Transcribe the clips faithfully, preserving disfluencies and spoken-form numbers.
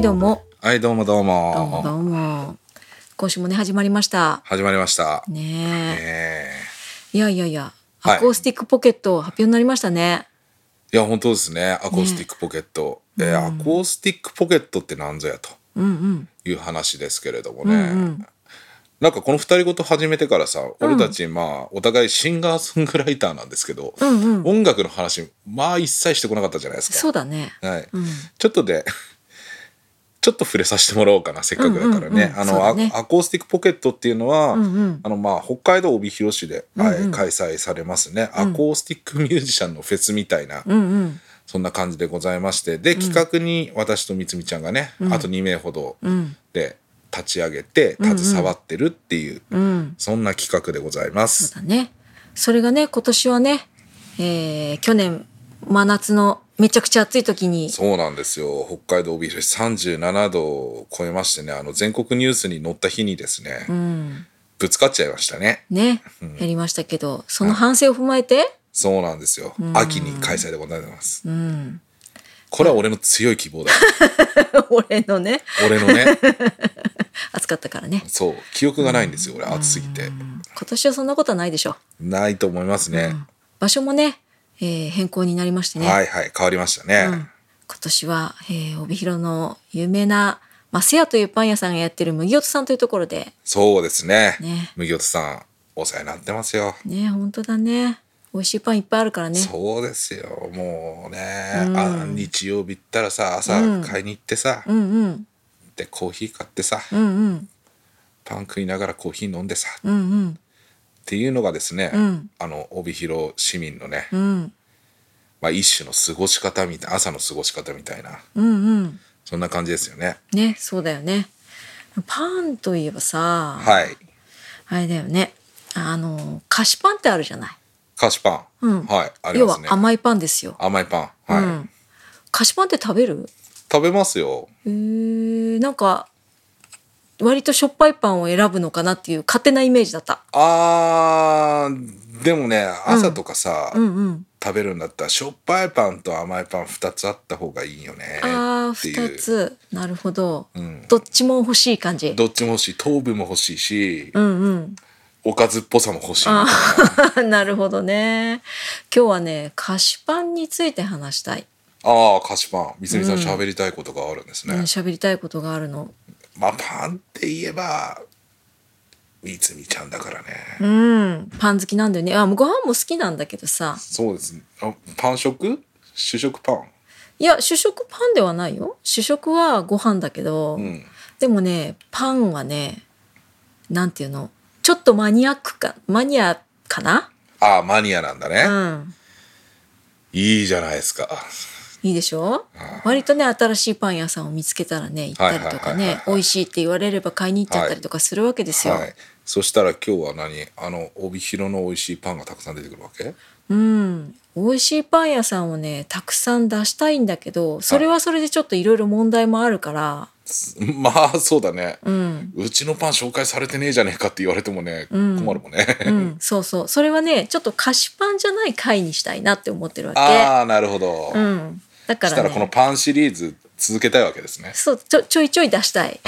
どうも。 はいどうもどうも。 どうもどうも。今週もね始まりました。 始まりました。 ねねえ。 えいやいやいや、 はいアコースティックポケット発表になりましたね。 いや本当ですね。アコースティックポケット。えーアコースティックポケットってなんぞやとうんうんいう話ですけれどもね。 うんうんなんかこの二人ごと始めてからさ、俺たちまあお互いシンガーソングライターなんですけど、 うんうん。 音楽の話まあ一切してこなかったじゃないですか。 そうだね。 はい。 うんちょっとでちょっと触れさせてもらおうかな、せっかくだからね。 うんうんうんあの、 そうだねアアコースティックポケットっていうのは、 うんうんあのまあ北海道帯広市で、はいうんうん開催されますね、アコースティックミュージシャンのフェスみたいな、 うんうんそんな感じでございまして、で企画に私とみつみちゃんがね、あとに名ほどうんで立ち上げて携わってるっていう、 うん。 そんな企画でございまそうす。 だね。それがね今年はね、えー、去年真夏のめちゃくちゃ暑い時にそうなんですよ。北海道帯広市さんじゅうななどを超えましてね、あの全国ニュースに載った日にですね、 うんぶつかっちゃいましたね。 ね、やりましたけど、その反省を踏まえて、 そうなんですよ。秋に開催でございます。 うん、 これは俺の強い希望だ。 俺のね俺のね、 暑かったからね。 そう、記憶がないんですよ、俺、暑すぎて。 今年はそんなことはないでしょ。 ないと思いますね。 場所もね、えー変更になりましてね、 はいはい、変わりましたね。 今年は、えー帯広の有名な、まあ、セアというパン屋さんがやってる麦音さんというところでそうですね。 ね麦音さん、お世話になってますよ。 ね、本当だね、美味しいパンいっぱいあるからね。 そうですよ、もうね、あ日曜日行ったらさ、朝買いに行ってさ、 うんうんで、コーヒー買ってさ、 うんうんパン食いながらコーヒー飲んでさ、 うんうんっていうのがですね、 んあの、帯広市民のね、 うんまあ一種の過ごし方みたい、朝の過ごし方みたいな、 うんうんそんな感じですよね。 ね、そうだよね。パンといえばさ、 はい。 あれだよね、あの菓子パンってあるじゃない。 菓子パン、 うんはい、あり要ますね。 は甘いパンですよ。 甘いパン、はい、 うん、菓子パンって食べる？ 食べますよ。 えー、なんか割としょっぱいパンを選ぶのかなっていう勝手なイメージだった。 あーでもね、朝とかさ、 うんうん食べるんだったらしょっぱいパンと甘いパンふたつあった方がいいよねあーっていう。 ふたつ、なるほど、 んどっちも欲しい感じ。 どっちも欲しい、糖分も欲しいし、 うんうんおかずっぽさも欲しいみたいな。 なるほどね。今日はね菓子パンについて話したい。 ああ、菓子パン、みつみさん喋りたいことがあるんですね。 うん喋りたいことがあるの。 まあパンって言えばみつみちゃんだからね。 うんパン好きなんだよね。あご飯も好きなんだけどさ、 そうですね。あ、パン食？主食パン。 いや主食パンではないよ。主食はご飯だけど、 んでもねパンはね、なんていうの、ちょっとマニアックかマニアかな。 ああ、マニアなんだね。 うんいいじゃないですか。 いいでしょ。割とね新しいパン屋さんを見つけたらね行ったりとかはいはいはいはいはいね、美味しいって言われれば買いに行っちゃったりとかするわけですよ。 はい。そしたら今日は何？あの帯広の美味しいパンがたくさん出てくるわけ？ うん美味しいパン屋さんをねたくさん出したいんだけど、それはそれでちょっといろいろ問題もあるから、 まあそうだね、 うんうちのパン紹介されてねえじゃねえかって言われてもね、困るもんね、 うん、そうそうそれはねちょっと菓子パンじゃない回にしたいなって思ってるわけ。 ああなるほど、 うんだからね、 そしたらこのパンシリーズ続けたいわけですね。 そうちょちょいちょい出したい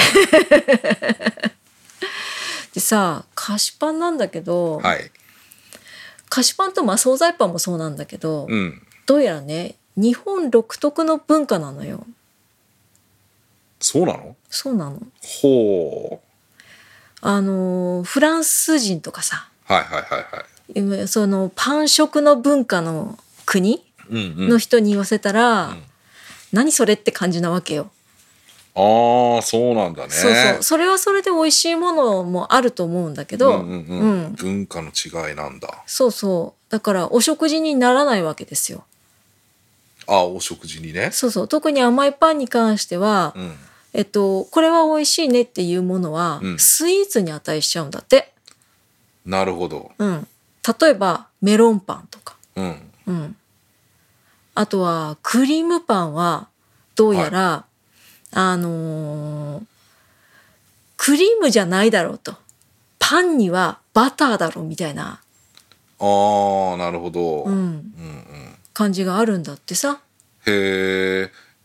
でさ菓子パンなんだけど、 はい。 菓子パンとまあ惣菜パンもそうなんだけど、 うん。 どうやらね日本独特の文化なのよ。 そうなの？ そうなの。 ほう。 あのフランス人とかさ、 はいはいはいはい。 そのパン食の文化の国うんうん。 の人に言わせたら、何それって感じなわけよ。 ああそうなんだね。 そうそうそれはそれで美味しいものもあると思うんだけど、 うんうんうん。 うん文化の違いなんだ。 そうそうだからお食事にならないわけですよ。 ああお食事にね。 そうそう特に甘いパンに関しては、 うん。 えっとこれは美味しいねっていうものは、 うんスイーツに値しちゃうんだって。 なるほど。 うん例えばメロンパンとか、 うん。 うんあとはクリームパンはどうやら、あのークリームじゃないだろうと、パンにはバターだろうみたいな、 ああなるほど。 うんうんうん。 感じがあるんだってさ。 へえ。ちょち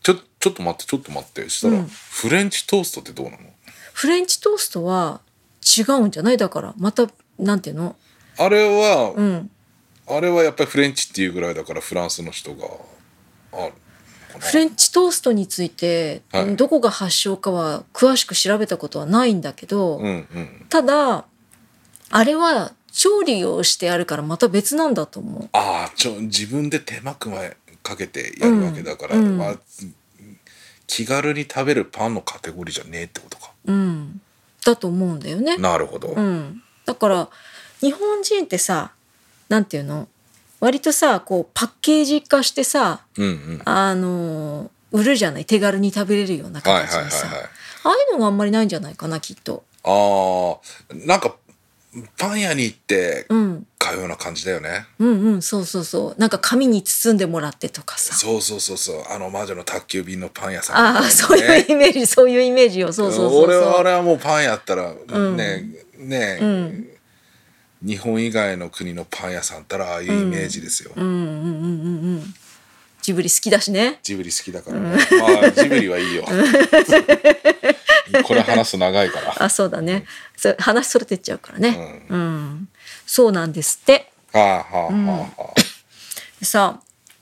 ちょっと待ってちょっと待ってしたら、 うんフレンチトーストってどうなの？ フレンチトーストは違うんじゃない？だからまたなんていうの？ あれは、 うんあれはやっぱりフレンチっていうぐらいだからフランスの人があるかな。 フレンチトーストについて、 はいどこが発祥かは詳しく調べたことはないんだけど、 うんうんただあれは調理をしてあるからまた別なんだと思う。 ああちょ自分で手間かけてやるわけだから、 うんうんまあ、気軽に食べるパンのカテゴリーじゃねえってことか。 うんだと思うんだよね。 なるほど、 うんだから日本人ってさ、なんていうの、割とさこうパッケージ化してさ、 うんうんあの売るじゃない、手軽に食べれるようなはいはい形にさ、 はいはい。 ああいうのがあんまりないんじゃないかなきっと。 ああなんかパン屋に行ってうん買うような感じだよね。 うんうんそうそうそう、なんか紙に包んでもらってとかさ、 そうそうそうそうあの魔女の宅急便のパン屋さんみたいなね、 ああそういうイメージ、そういうイメージよ。そうそうそうそう。 俺は俺はもうパンやったらんね、ね、 うん日本以外の国のパン屋さんったらああいうイメージですよ、 うんうんうんうんうんジブリ好きだしね。 ジブリ好きだからね、まあジブリはいいよこれ話すと長いからあそうだね、そ話それてっちゃうからね。うん、うんそうなんですって。 はあはあはあはあ、 でさ、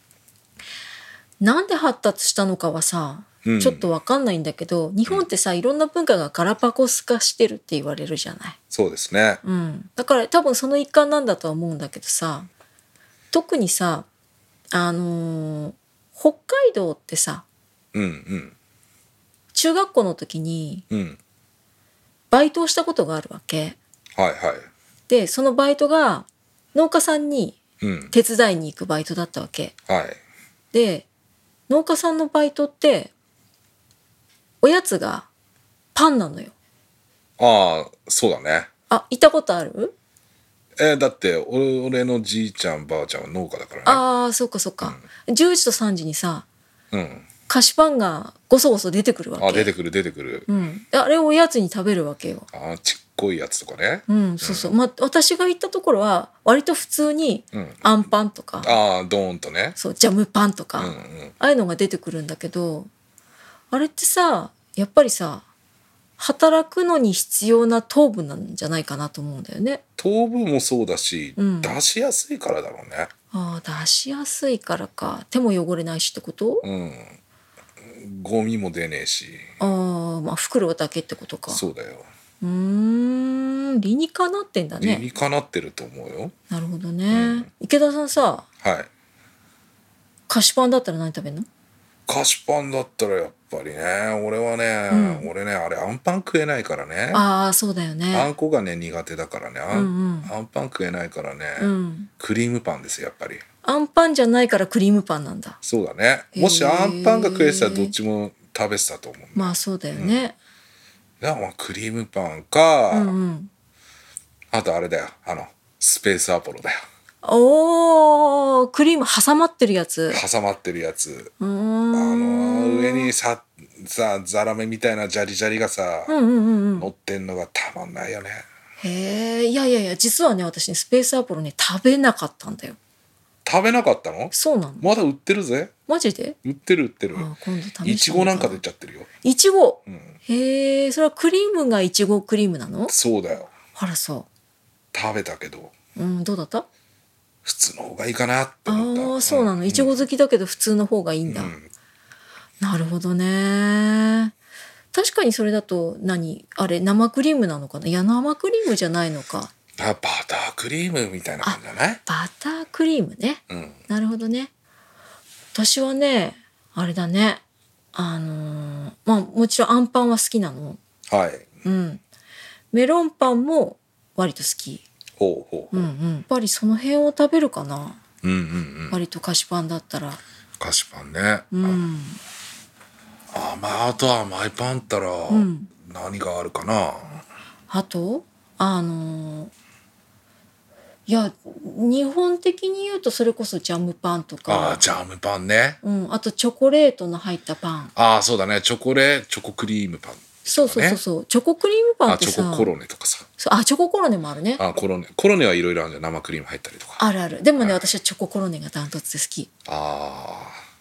なんで発達したのかはさ、 うんちょっとわかんないんだけど、日本ってさいろんな文化がガラパゴス化してるって言われるじゃない。 そうですね、 うん、だから多分その一環なんだとは思うんだけどさ、特にさあのー北海道ってさ、 うんうん中学校の時にうんバイトをしたことがあるわけはいはいで、そのバイトが農家さんにうん手伝いに行くバイトだったわけはいで、農家さんのバイトっておやつがパンなのよ。 ああそうだね。 あ、行ったことある？ えーだって俺俺のじいちゃんばあちゃんは農家だからね。 ああ、そっかそっか、じゅうじとさんじにさうん菓子パンがごそごそ出てくるわけ。 あ出てくる出てくる、 うん、あれをおやつに食べるわけよ。 あちっこいやつとかね、 うん、そうそう、まあ私が行ったところは割と普通にうんあんパンとか、 ああドーンとね、 そうジャムパンとか、 うんうんああいうのが出てくるんだけど、あれってさやっぱりさ働くのに必要な糖分なんじゃないかなと思うんだよね。 糖分もそうだし、 うん出しやすいからだろうね。 ああ、出しやすいからか。手も汚れないしってこと？ うんゴミも出ねえし。 ああ、まあ袋だけってことか。 そうだよ。 うーん、理にかなってんだ理ね。 にかなってると思うよ。 なるほどね、池田さんさ、 はい。 菓子パンだったら何食べんの？ 菓子パンだったらやっぱりね俺はね、 うん俺ねあれあんパン食えないからね。 ああ、そうだよあね。 んこがね苦手だからねあん,、 うんうんあんパン食えないからね、 うん。 クリームパンですやっぱり。 あんパンじゃないからクリームパンなんだ。 そうだね。 へーもしあんパンが食えてたらどっちも食べてたと思う。 まあそうだよね。 だからまあクリームパンか、 うんうん。 あとあれだよあのスペースアポロだよ。 おー、クリーム挟まってるやつ。 挟まってるやつ。 うーあん。 の上にささザラメみたいなジャリジャリがさ、 うんうんうんうん。 乗ってんのがたまんないよね。 へえ、いやいやいや、実はね、私ね、スペースアポロね、食べなかったんだよ。 食べなかったの？ そうなの？ まだ売ってるぜ。 マジで？ 売ってる売ってる。 あ、今度試してみよういちごなんか出ちゃってるよ。 いちご。 うん、 へえ、それはクリームがいちごクリームなの？ そうだよ。 あらそ食べたけどう。うん、どうだった？ 普通の方がいいかなって思った。 ああ、そうなの。いちご好きだけど普通の方がいいんだ。 うんうんなるほどね。確かにそれだと何あれ生クリームなのかな。いや生クリームじゃないのか。 あバタークリームみたいな感じじゃない？ バタークリームね。 うんなるほどね。私はねあれだね、あのーまあもちろんあんパンは好きなの。 はい。 うん。メロンパンも割と好き。 ほうほう。 うんうん。やっぱりその辺を食べるかな。 うんうんうん。 割と菓子パンだったら。 菓子パンね。 うん。 あまああとは甘いパンったらん何があるかな。 あとあのーいや日本的に言うとそれこそジャムパンとあかあ、ジャムパンね。 うん、あとチョコレートの入ったパン。 ああそうだね。チョコレチョコクリームパン。 そうそうそうそう、チョコクリームパンあってさ、 チョココロネとかさ。 そうあチョココロネもあるね。 あコロネコロネはいろいろあるじゃん。生クリーム入ったりとか。 あるある。でもね、私はチョココロネがダントツで好き。 ああ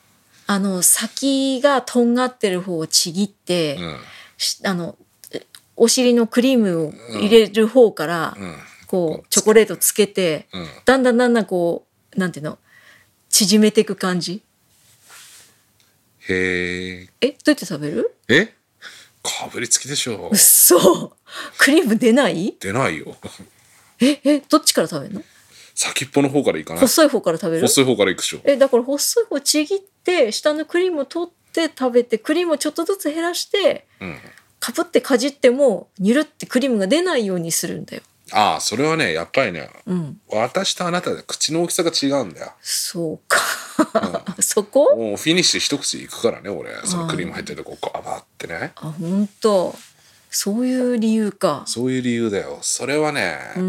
あの先がとんがってる方をちぎって、 うんあのお尻のクリームを入れる方から、 うん、 こうチョコレートつけて、 うん、 だんだんだんだんこうなんていうの縮めていく感じ。 へえ。 え、どうやって食べる？ えかぶりつきでしょ。 うっそ、クリーム出ない？ 出ないよ。 ええ、どっちから食べるの？ 先っぽの方からいかない？ 細い方から食べる？ 細い方からいくでしょ。 え、だから細い方ちぎって下のクリームを取って食べて、クリームをちょっとずつ減らして、 うん、 かぶってかじってもニュルってクリームが出ないようにするんだよ。 ああ、それはねやっぱりね、 うん、 私とあなたで口の大きさが違うんだよ。 そうか、うん、そこもうフィニッシュ一口いくからね俺。そのクリーム入ってるとこガバってね。 あ、本当。そういう理由か。 そういう理由だよ。それはね、 うん、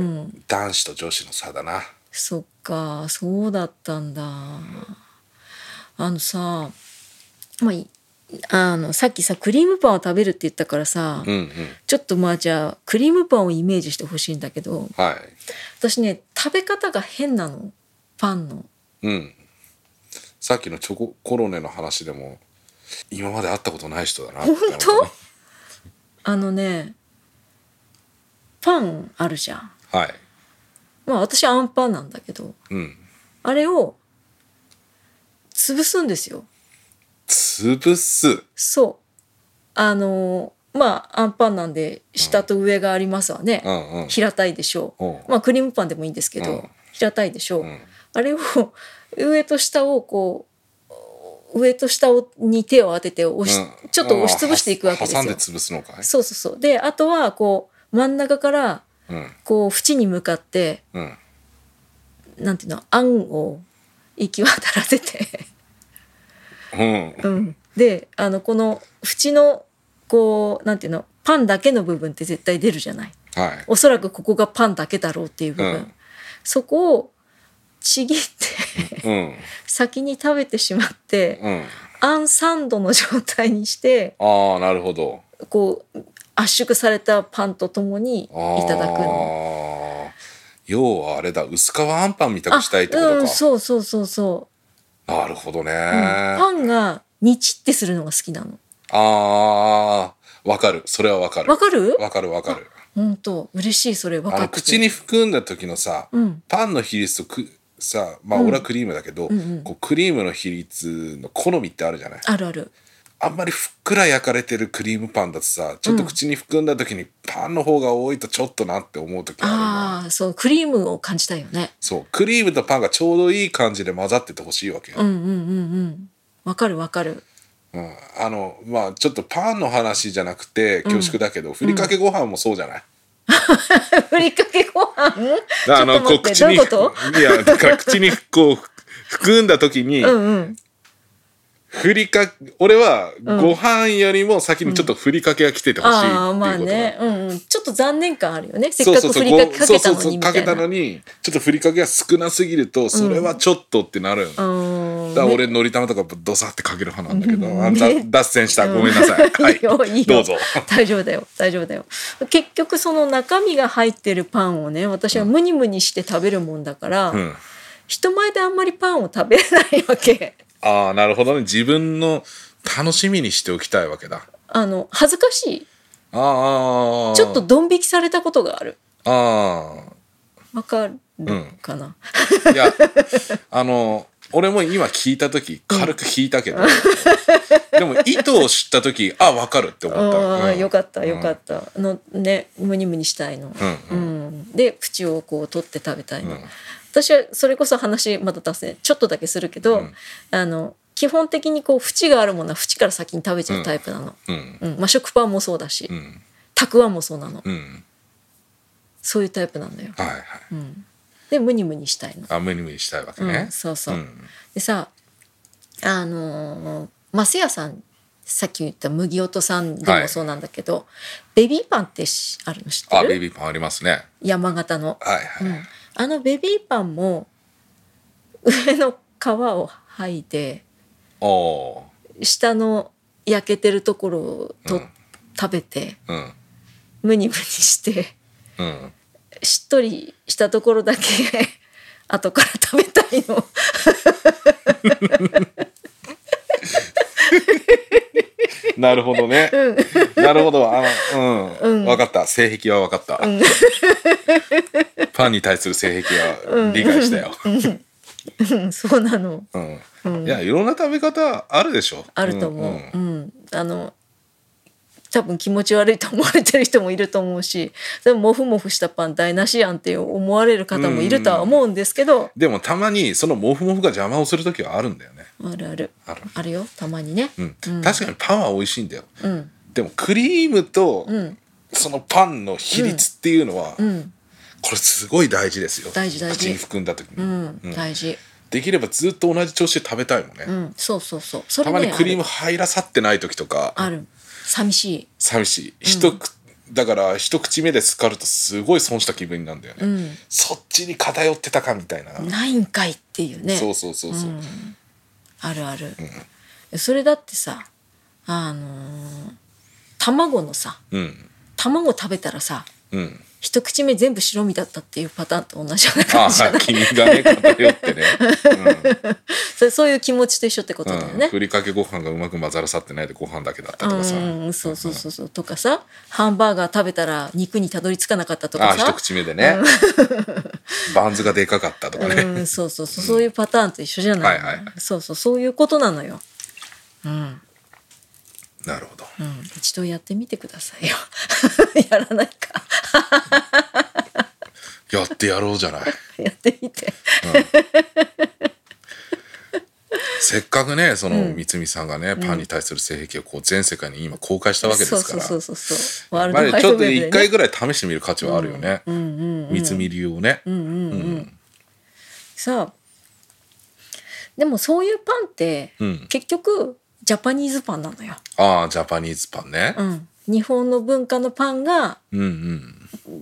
男子と女子の差だな。 そっか、そうだったんだ。あのさ、まあ、あのさっきさクリームパンを食べるって言ったからさ、 うんうん、 ちょっとまあじゃあクリームパンをイメージしてほしいんだけど、 はい、 私ね食べ方が変なの、パンの。 うん。さっきのチョココロネの話でも今まで会ったことない人だなって。 本当？あのねパンあるじゃん。 はい。 まあ私あんパンなんだけど、 うん。 あれを潰すんですよ。 潰す。 そう。あのまああんパンなんで下と上がありますわね。 うんうん、 平たいでしょう。 うん、 まあクリームパンでもいいんですけど、うん、平たいでしょう。うん、あれを上と下をこう上と下に手を当てて押し、うん、ちょっと押しつぶしていくわけですよ。 挟んで潰すのかい？そうそうそう。であとはこう真ん中からこう縁に向かって、うん、なんていうの、あんを行き渡らせてうんうん、であのこの縁のこうなんていうのパンだけの部分って絶対出るじゃない、はい、おそらくここがパンだけだろうっていう部分、うん、そこをちぎって、うん、先に食べてしまって、うん、あんサンドの状態にして、 ああなるほど、 こう圧縮されたパンとともにいただくの。 要はあれだ、薄皮あんパンみたくしたいってことか。 うん、そうそうそうそう。 なるほどね、うん、 パンがにちってするのが好きなの。 あーわかる、それはわかる。 わかる？ わかるわかる。 本当嬉しい、それ分かってて。あの口に含んだ時のさ、うん、パンの比率とくさ、まあ俺はクリームだけど、うんうんうん、こうクリームの比率の好みってあるじゃない。 あるある。 あんまりふっくら焼かれてるクリームパンだとさ、ちょっと口に含んだ時にパンの方が多いとちょっとなって思う時あるの。 ああ、そうクリームを感じたよね。 そうクリームとパンがちょうどいい感じで混ざっててほしいわけよ。 うんうんうんうんわかるわかる。 うん、あのまあちょっとパンの話じゃなくて恐縮だけど、うん、ふりかけご飯もそうじゃない、 うん、ふりかけご飯あのこう口に、どういうこと？いやだから口にこう含んだ時にうん、うんふりか俺はご飯よりも先にちょっとふりかけが来ててほしいっていうこと、うん、あまあね、 うんうん、ちょっと残念感あるよね。せっかくふりかけかけたのにみたいな。 かけたのにちょっとふりかけが少なすぎるとそれはちょっとってなる、うん、だから俺のり玉とかドサってかける派なんだけど、うん、あんた脱線した、ごめんなさい、うん、はい、いいよいいよどうぞ大丈夫だよ大丈夫だよ。結局その中身が入ってるパンをね私はムニムニして食べるもんだから、うん、人前であんまりパンを食べれないわけ。 ああなるほどね。自分の楽しみにしておきたいわけだ。 あの恥ずかしい。 ああちょっとドン引きされたことがある。 ああわかるかな、 うん、いやあの俺も今聞いた時軽く引いたけど、うん、でも意図を知った時あ分かるって思った。 あ、うん、よかったよかった、うん、のねムニムニしたいの、うんうんうん、で縁をこう取って食べたいの、うん、私はそれこそ話また脱線ちょっとだけするけど、うん、あの基本的にこう縁があるものは縁から先に食べちゃうタイプなの、うんうんまあ、食パンもそうだし、うん、たくあんもそうなの、うん、そういうタイプなんだよ、はいはいうん、でムニムニしたいの。 あムニムニしたいわけね、 うん、そうそう、うん、でさあのー、マスヤさんさっき言った麦音さんでもそうなんだけど、はい、ベビーパンってあるの知ってる？ あベビーパンありますね、 山形の、 はいはいうん、 あのベビーパンも上の皮を剥いで下の焼けてるところをと、うん、食べて、うん、ムニムニして、うん、しっとりしたところだけ後から食べたいのなるほどね、うん、なるほど、あの、うん、うん、分かった、性癖は分かった、うん、パンに対する性癖は理解したよ、 うんうん、そうなの、 うんうん、いやいろんな食べ方あるでしょ。 あると思う、うんうん、あの多分気持ち悪いと思われてる人もいると思うし、でもモフモフしたパン台無しやんって思われる方もいるとは思うんですけど、 でもたまにそのモフモフが邪魔をする時はあるんだよね。 あるあるあるあるよ、たまにね、 うんうん、確かにパンは美味しいんだよ、 うん、 でもクリームとそのパンの比率っていうのは、うんうん、これすごい大事ですよ。 大事大事、 口に含んだ時に、 うんうん、大事。 できればずっと同じ調子で食べたいもんね、 うん、そうそうそう、それね、たまにクリーム入らさってない時とかある、寂しい寂しい、一、うん、だから一口目でスカるとすごい損した気分になるんだよね、うん、そっちに偏ってたかみたいな、 ないんかいっていうね、 そうそうそうそう、うん、 あるある、うん、それだってさ、あのー、卵のさ、うん、卵食べたらさ、うん、一口目全部白身だったっていうパターンと同じような感じじゃない？ああ、 君がね偏ってね、 うん、そ, そういう気持ちと一緒ってことだよね、 うん、ふりかけご飯がうまく混ざらさってないでご飯だけだったとかさ、 うん、そうそうそうそう、とかさ、ハンバーガー食べたら肉にたどり着かなかったとかさ、 ああ一口目でね、うん、バンズがでかかったとかね、 うん、そうそうそう、そういうパターンと一緒じゃない、うん、はいはい、そうそう、そういうことなのよ、うん、 なるほど、 うん、一度やってみてくださいよやらないかやってやろうじゃないやってみて、うん、 せっかくねその三つさんがね、うん、パンに対する性癖をこう全世界に今公開したわけですから、 そうそうそうそう、ワールドワイドウェブでね、ちょっと一回ぐらい試してみる価値はあるよね、うんうんうんうん、三つ流をね、うんうんうんうん、 さあでもそういうパンって、うん、結局ジャパニーズパンなのよ。 ああ、ジャパニーズパンね、 うん、日本の文化のパンが、うんうん、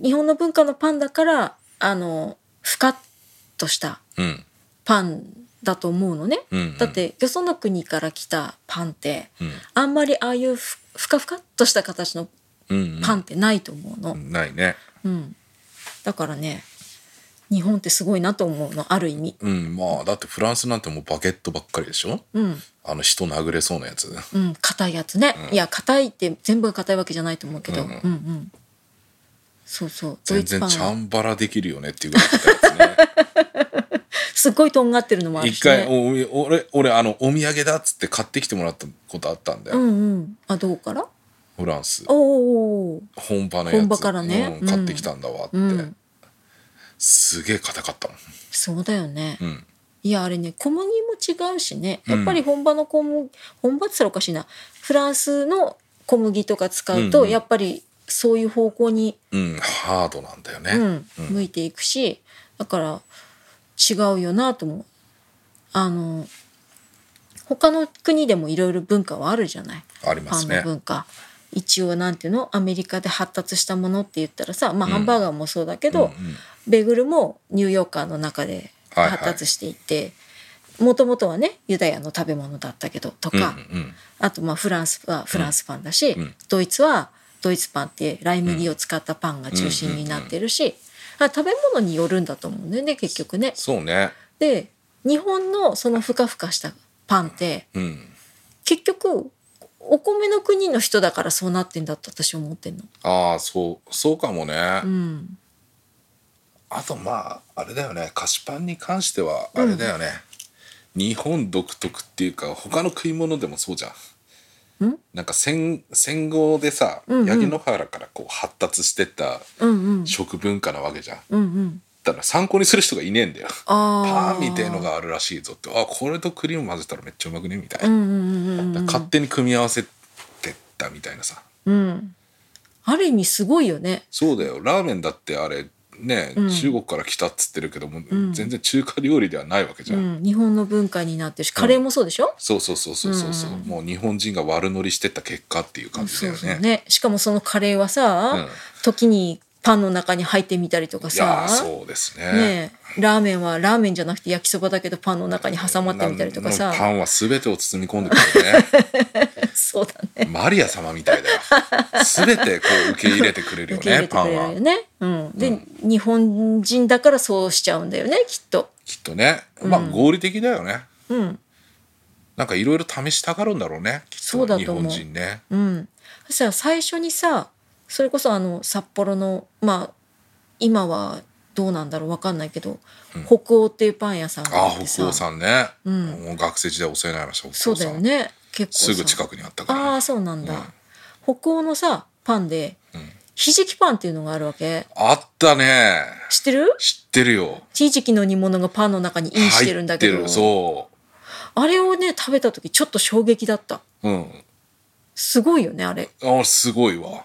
日本の文化のパンだからあのふかっとしたパンだと思うのね、うんうん、だってよその国から来たパンって、うん、あんまりああいうふ、ふかふかっとした形のパンってないと思うの、 うんうん、ないね、 うん、だからね日本ってすごいなと思うの、ある意味、 うん、まあだってフランスなんてもうバゲットばっかりでしょ、うん、あの人殴れそうなやつ、 うん、硬いやつね、うん、いや硬いって全部が硬いわけじゃないと思うけど、うんうんうんうん、そうそう、 全然チャンバラできるよねっていうぐらい硬いやつねすっごいとんがってるのもあるし、ね、 一回お俺俺あのお土産だっつって買ってきてもらったことあったんだよ、 うんうん、あどうからフランス、 おお本場のやつ、 本場からね、 うん、買ってきたんだわって、うん、すげえ硬かったの。 そうだよね、うん、いやあれね小麦も違うしね、やっぱり本場の小麦、うん、本場って言ったらおかしいな、フランスの小麦とか使うと、うんうん、やっぱりそういう方向に、 うん、ハードなんだよね、 うんうん、向いていくし、だから違うよなと思う。あの他の国でもいろいろ文化はあるじゃない、 ありますね、 パンの文化、一応なんていうの、アメリカで発達したものって言ったらさ、まあ、ハンバーガーもそうだけど、うんうんうん、ベーグルもニューヨーカーの中で発達していて、もともとはねユダヤの食べ物だったけどとか、うんうん、あとまあフランスはフランスパンだし、うん、ドイツはドイツパンってライ麦を使ったパンが中心になってるし、うんうんうん、食べ物によるんだと思うんだよね結局ね。 そうね。 で日本のそのふかふかしたパンって、うん、結局お米の国の人だからそうなってんだと私思ってんの。 ああそうそうかもね、 うん、 あとまああれだよね、菓子パンに関してはあれだよね、うん、日本独特っていうか他の食い物でもそうじゃん。んなんか 戦, 戦後でさ、うんうん、八木野原からこう発達してった食文化なわけじゃん、うんうん、だから参考にする人がいねえんだよ。パンみたいのがあるらしいぞって、あこれとクリーム混ぜたらめっちゃうまくねみたいな、うんうんうんうん、勝手に組み合わせてったみたいなさ、 うん、ある意味すごいよね。 そうだよ、ラーメンだってあれね、うん、中国から来たっつってるけども、うん、全然中華料理ではないわけじゃん、 うん、日本の文化になってるしカレーもそうでしょ、うん、 そうそうそうそうそう、うん、もう日本人が悪乗りしてった結果っていう感じだよね。 そうそうね、しかもそのカレーはさ、うん、時にパンの中に入ってみたりとかさ、 いやそうです ね, ねラーメンはラーメンじゃなくて焼きそばだけどパンの中に挟まってみたりとかさ、 パンは全てを包み込んでくるねそうだね、 マリア様みたいだよ全てこう受け入れてくれるよねパンは、 うん、で、うん、日本人だからそうしちゃうんだよねきっときっとね、まあ合理的だよね、 うん、 なんかいろいろ試したがるんだろうね、きっと。 そうだと思う。 日本人ね。 うん。さ最初にさ、それこそあの札幌の、まあ今はどうなんだろうわかんないけど、うん、北欧っていうパン屋さんがあってさ。 あ、北欧さんね。 うん、 もう学生時代お世話になりました。 そうだよね。結構すぐ近くにあったから、ね。 ああ、そうなんだ。うん、北欧のさパンで、うん、ひじきパンっていうのがあるわけ。 あったね。 知ってる？ 知ってるよ。 ひじきの煮物がパンの中にインしてるんだけど。 入ってる。そう。 あれをね食べた時ちょっと衝撃だった。うん。すごいよねあれ。 あ、すごいわ。 うん。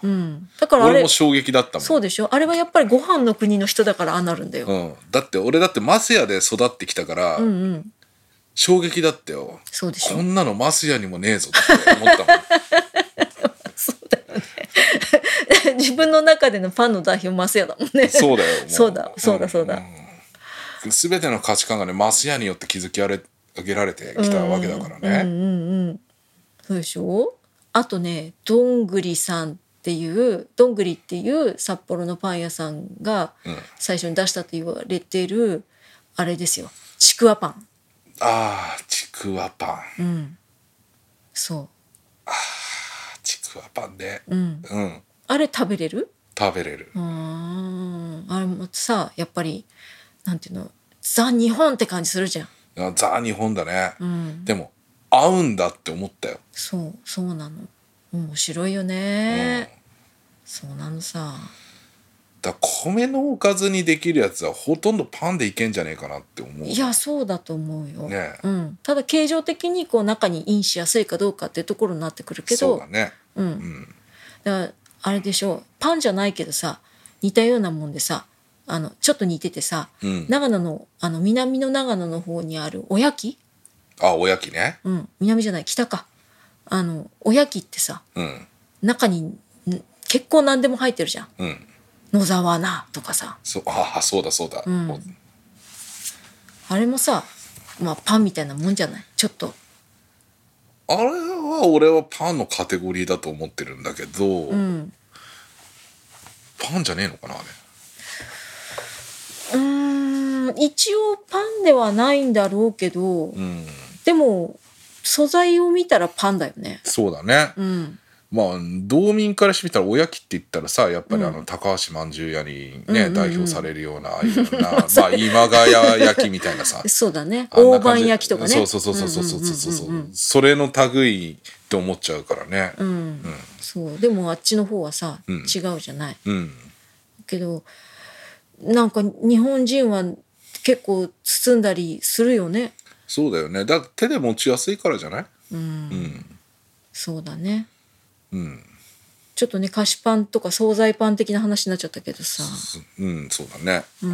だからあれ俺も衝撃だったもん。 そうでしょ。あれはやっぱりご飯の国の人だからああなるんだよ。 うん。だって俺だってマスヤで育ってきたから、うんうん、衝撃だったよ。 そうでしょ。 こんなのマスヤにもねえぞって思ったもん。 そうだよね。自分の中でのパンの代表マスヤだもんね。 そうだよ。 そうだそうだそうだ。 うん、全ての価値観がねマスヤによって築き上げられてきたわけだからね。うんうんうん、 そうでしょ。あとねどんぐりさんっていうどんぐりっていう札幌のパン屋さんが最初に出したと言われてる、うん、あれですよちくわパン。 あーちくわパン。うん。 そう。 あーちくわパンね。 うん。うん。あれ食べれる？ 食べれる。 うん。あれもさやっぱりなんていうのザ日本って感じするじゃん。 ザ日本だね。うん、でも合うんだって思ったよ。 そうそうなの。面白いよね、うん、そうなのさ。 だ米のおかずにできるやつはほとんどパンでいけんじゃねえかなって思う。 いやそうだと思うよ、ね、うん、ただ形状的にこう中にインしやすいかどうかっていうところになってくるけどそうだね、 うんうん、だからあれでしょパンじゃないけどさ似たようなもんでさあのちょっと似ててさ、うん、長野のあの南の長野の方にあるおやき。 あおやきね、 うん、南じゃない北か。あのおやきってさ、うん、中に結構何でも入ってるじゃん、うん、野沢菜とかさ。 そ あ, あそうだそうだ、うん、 あれもさ、まあ、パンみたいなもんじゃないちょっと。 あれは俺はパンのカテゴリーだと思ってるんだけど、うん、パンじゃねえのかなあれ。 うーん一応パンではないんだろうけど、うん、でも素材を見たらパンだよね。 そうだね、うん、まあ道民からしてみたらおやきって言ったらさやっぱりあの、うん、高橋まんじゅう屋にね、うんうんうん、代表されるようなああいうようなまあ今川焼きみたいなさそうだね大判焼きとかね。 そうそうそうそうそうそうそうそう、うんうん、それの類って思っちゃうからね、うんうん、 そうでもあっちの方はさ、うん、違うじゃない、うん、けどなんか日本人は結構包んだりするよね。 そうだよね。だ手で持ちやすいからじゃない？うん、うん、 そうだね。うん。ちょっとね菓子パンとか惣菜パン的な話になっちゃったけどさ。 うん、そうだね。 うん。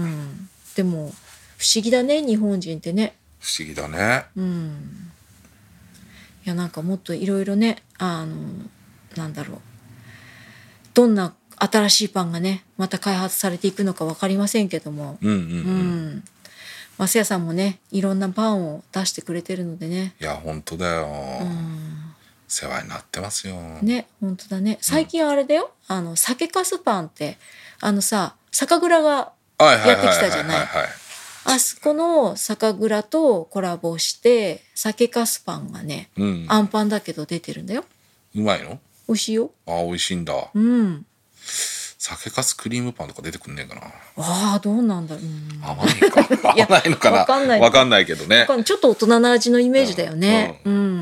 でも不思議だね日本人ってね。 不思議だね。 うん。いやなんかもっといろいろねあのなんだろうどんな新しいパンがねまた開発されていくのか分かりませんけども。うんうんうん。うんマスヤさんもねいろんなパンを出してくれてるのでね。 いや本当だよ、うん、世話になってますよね。本当だね。最近あれだよ、うん、あの酒粕パンってあのさ酒蔵がやってきたじゃない。あそこの酒蔵とコラボして酒粕パンがね、うん、あんパンだけど出てるんだよ。 うまいの？ 美味しいよ。 あ美味しいんだ。 うん酒粕クリームパンとか出てくんねえかな。 ああどうなんだろう。うん、 合わないか合わないのかな。わかんない。わかんないけどね。 ちょっと大人な味のイメージだよね。うん。うんうん、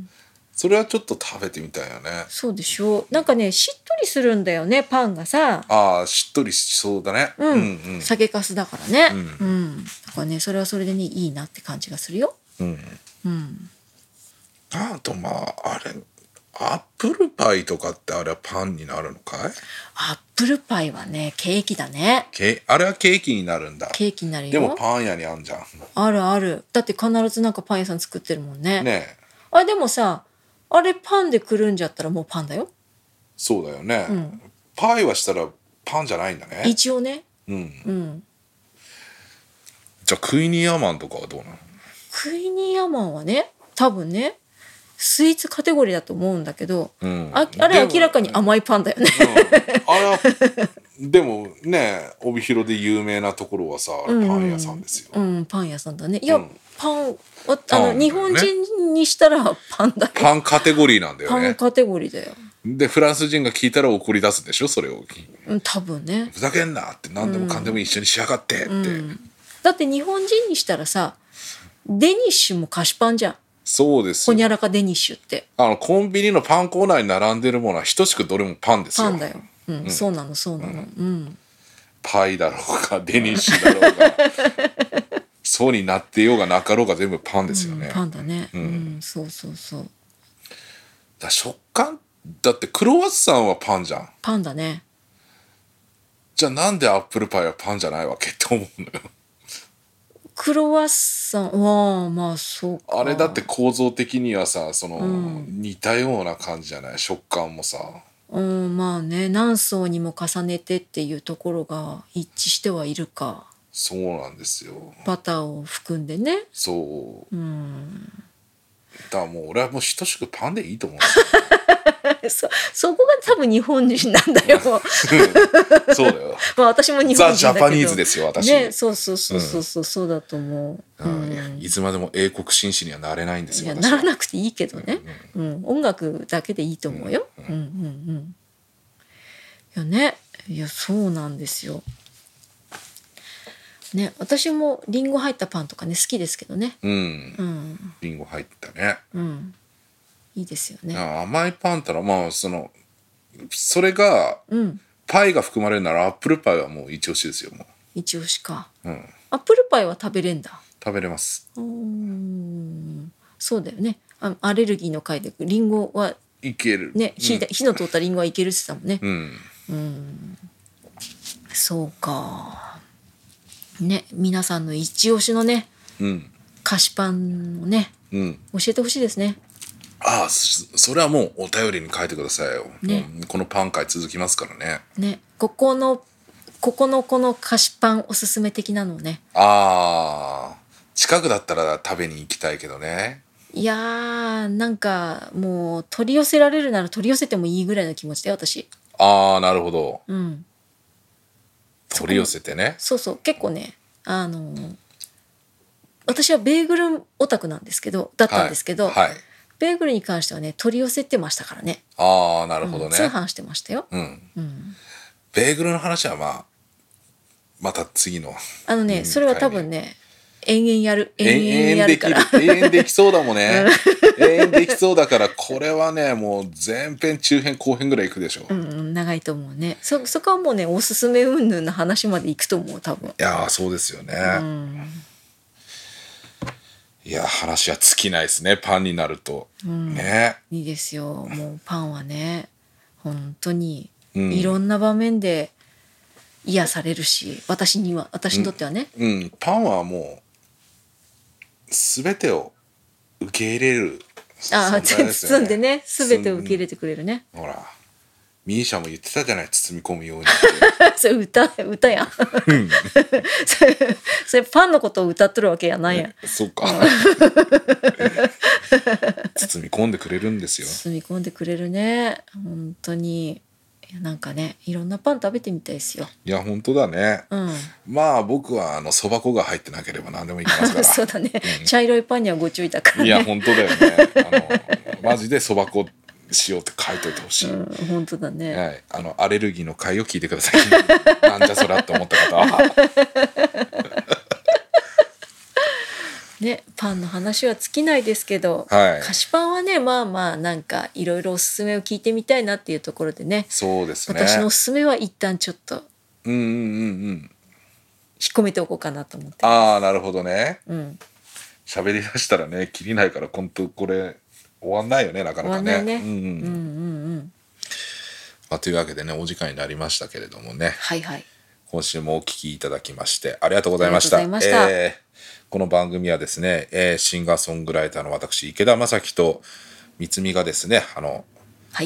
それはちょっと食べてみたいよね。 そうでしょう。なんかねしっとりするんだよねパンがさ。 ああしっとりしそうだね。 うん。うんうん、酒粕だからね。うん。うん、だからねそれはそれでねいいなって感じがするよ。うん。 うん。あとまああれ。アップルパイとかってあれはパンになるのかい？ アップルパイはねケーキだね。 ケあれはケーキになるんだ。 ケーキになるよ。 でもパン屋にあんじゃん。 あるある。だって必ずなんかパン屋さん作ってるもんね。 ねえ。 あれでもさあれパンでくるんじゃったらもうパンだよ。 そうだよね、うん、パイはしたらパンじゃないんだね一応ね。 うん、うん、じゃあクイニーアマンとかはどうなの？ クイニーアマンはね多分ねスイーツカテゴリーだと思うんだけど、 うん、 あ, あれ明らかに甘いパンだよね、 うん、あれはでもね帯広で有名なところはさパン屋さんですよ、 うん、うん、パン屋さんだね。いや、うん、パンあパンの、ね、日本人にしたらパンだよ。 パンカテゴリーなんだよね。 パンカテゴリーだよ。 でフランス人が聞いたら怒り出すでしょそれを。 うん、多分ね。 ふざけんなって何でもかんでも一緒にしやがってって、うんうん、 だって日本人にしたらさデニッシュも菓子パンじゃん。 そうですよ。 ほにゃらかデニッシュってあのコンビニのパンコーナーに並んでるものは等しくどれもパンですよ。 パンだよ、うんうん、そうなのそうなの、うんうん、 パイだろうがデニッシュだろうがそうになってようがなかろうが全部パンですよね、 うん、パンだね、 うんうん、そうそうそう。 だ食感だってクロワッサンはパンじゃん。 パンだね。 じゃあなんでアップルパイはパンじゃないわけって思うのよ。 クロワッサンはまあそうか。 あれだって構造的にはさその、うん、似たような感じじゃない食感もさ。 うん、まあね何層にも重ねてっていうところが一致してはいるか。 そうなんですよ。 バターを含んでね。 そう。 うん。 だからもう俺はもう等しくパンでいいと思う。 そ, そこが多分日本人なんだよ。 そうだよ。 まあ私も日本人だけど。ザ・ジャパニーズですよ私。 ね、そうそうそうそうそう、うん、そうだと思う、うん。 いつまでも英国紳士にはなれないんですよ。 いやならなくていいけどね、うんうんうん、音楽だけでいいと思うよ。うんうんうん。いやね、いやそうなんですよ。ね、私もリンゴ入ったパンとかね好きですけどね。 うん。うん、リンゴ入ったね。 うん。いいですよね。 甘いパンったらまあそのそれが、うん、パイが含まれるならアップルパイはもう一押しですよもう。 一押しか、 うん、 アップルパイは食べれんだ。 食べれます。 うん、そうだよね。あアレルギーの回でリンゴはいけるね、火, 火の通ったリンゴはいけるって言ってたもんね。 うん、 うん、そうかね。皆さんの一押しのね、うん、菓子パンをね、うん、教えてほしいですね。 ああ そ, それはもうお便りに書いてくださいよ、ね、このパン会続きますからね。 ね、ここのここのこの菓子パンおすすめ的なのね。 ああ近くだったら食べに行きたいけどね。 いやーなんかもう取り寄せられるなら取り寄せてもいいぐらいの気持ちで私。 ああなるほど、 うん、 取り寄せてね。 そうそう結構ねあの私はベーグルオタクなんですけどだったんですけど、はいはい、ベーグルに関してはね取り寄せてましたからね。 ああなるほどね、うん、 通販してましたよ、 うんうん、ベーグルの話はまあまた次のあのね、うん、それは多分ね延々やる延々やるから永遠できそうだもんね永遠できそうだからこれはねもう前編中編後編ぐらいいくでしょう、 うん、長いと思うね。 そ, そこはもうねおすすめ云々の話までいくと思う多分。いやそうですよね、うん、いや話は尽きないですねパンになると、うん、ねいいですよ。もうパンはね本当にいろんな場面で癒されるし、うん、私には私にとってはね、 うんうん、パンはもう全てを受け入れる、 ああ、包んでね全てを受け入れてくれるね。 ほらミーシャも言ってたじゃない包み込むようにそれ歌歌やんそれそれパンのことを歌っとるわけやないやん、ね、 そうか包み込んでくれるんですよ。 包み込んでくれるね本当に。なんかねいろんなパン食べてみたいですよ。 いや本当だね、うん、まあ僕はあのそば粉が入ってなければ何でもいきますからそうだね、うん、茶色いパンにはご注意だからね。 いや本当だよねあのマジでそば粉しようって書いといてほしい、 うん、本当だね、 はい、あのアレルギーの回を聞いてくださいなんじゃそらって思った方はね、パンの話は尽きないですけど、 はい、 菓子パンはねまあまあなんかいろいろおすすめを聞いてみたいなっていうところでね。 そうですね。 私のおすすめは一旦ちょっとうんうんうんうん引っ込めておこうかなと思ってます。 ああなるほどね。 うん。 喋り出したらね切りないから本当これ終わんないよねなかなかね。終わんないね。うんうんうんうん。まあ、というわけでねお時間になりましたけれどもね。 はいはい。 今週もお聞きいただきましてありがとうございました。ありがとうございました。えーこの番組はですね、えー、シンガーソングライターの私池田正樹と三つみがですねあの、 はい、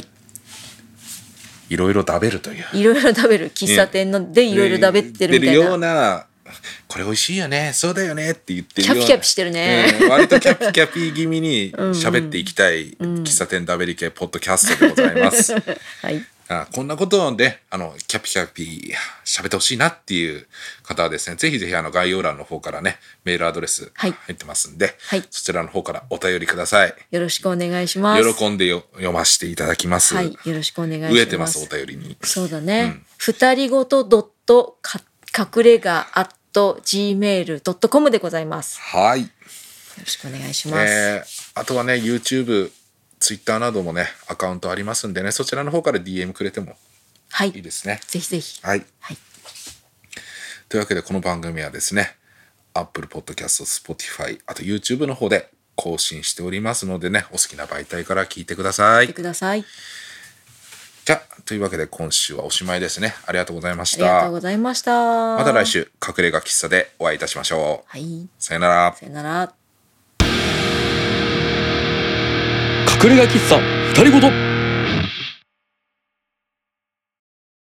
いろいろ食べるといういろいろ食べる喫茶店のでいろいろ食べてるみたいな、 出るようなこれ美味しいよね、そうだよねって言ってるようなキャピキャピしてるね、 うん、割とキャピキャピ気味に喋っていきたい喫茶店ダベリ系ポッドキャストでございます、 はい、 あこんなことであのキャピキャピ喋ってほしいなっていう方はですね、ぜひぜひあの概要欄の方からねメールアドレス入ってますんで、 はい、 そちらの方からお便りください。 よろしくお願いします。 喜んでよ読ませていただきます。 はい、よろしくお願いします。 飢えてますお便りに。 そうだね、うん、二人ごとドット隠れ家 アットジーメールドットコム でございます。 はい、よろしくお願いします。 えー、あとはね YouTube、Twitter などもねアカウントありますんでね、そちらの方から ディーエム くれてもいいですね。 はい、ぜひぜひ。 はい。 はい、 というわけでこの番組はですね、Apple Podcast、Spotify、あと YouTube の方で更新しておりますのでね、お好きな媒体から聞いてください。 聞いてください。 じゃあというわけで今週はおしまいですね。ありがとうございました。 ありがとうございました。 また来週隠れ家喫茶でお会いいたしましょう。 はい。 さよなら。 さよなら。 隠れ家喫茶二人ごと。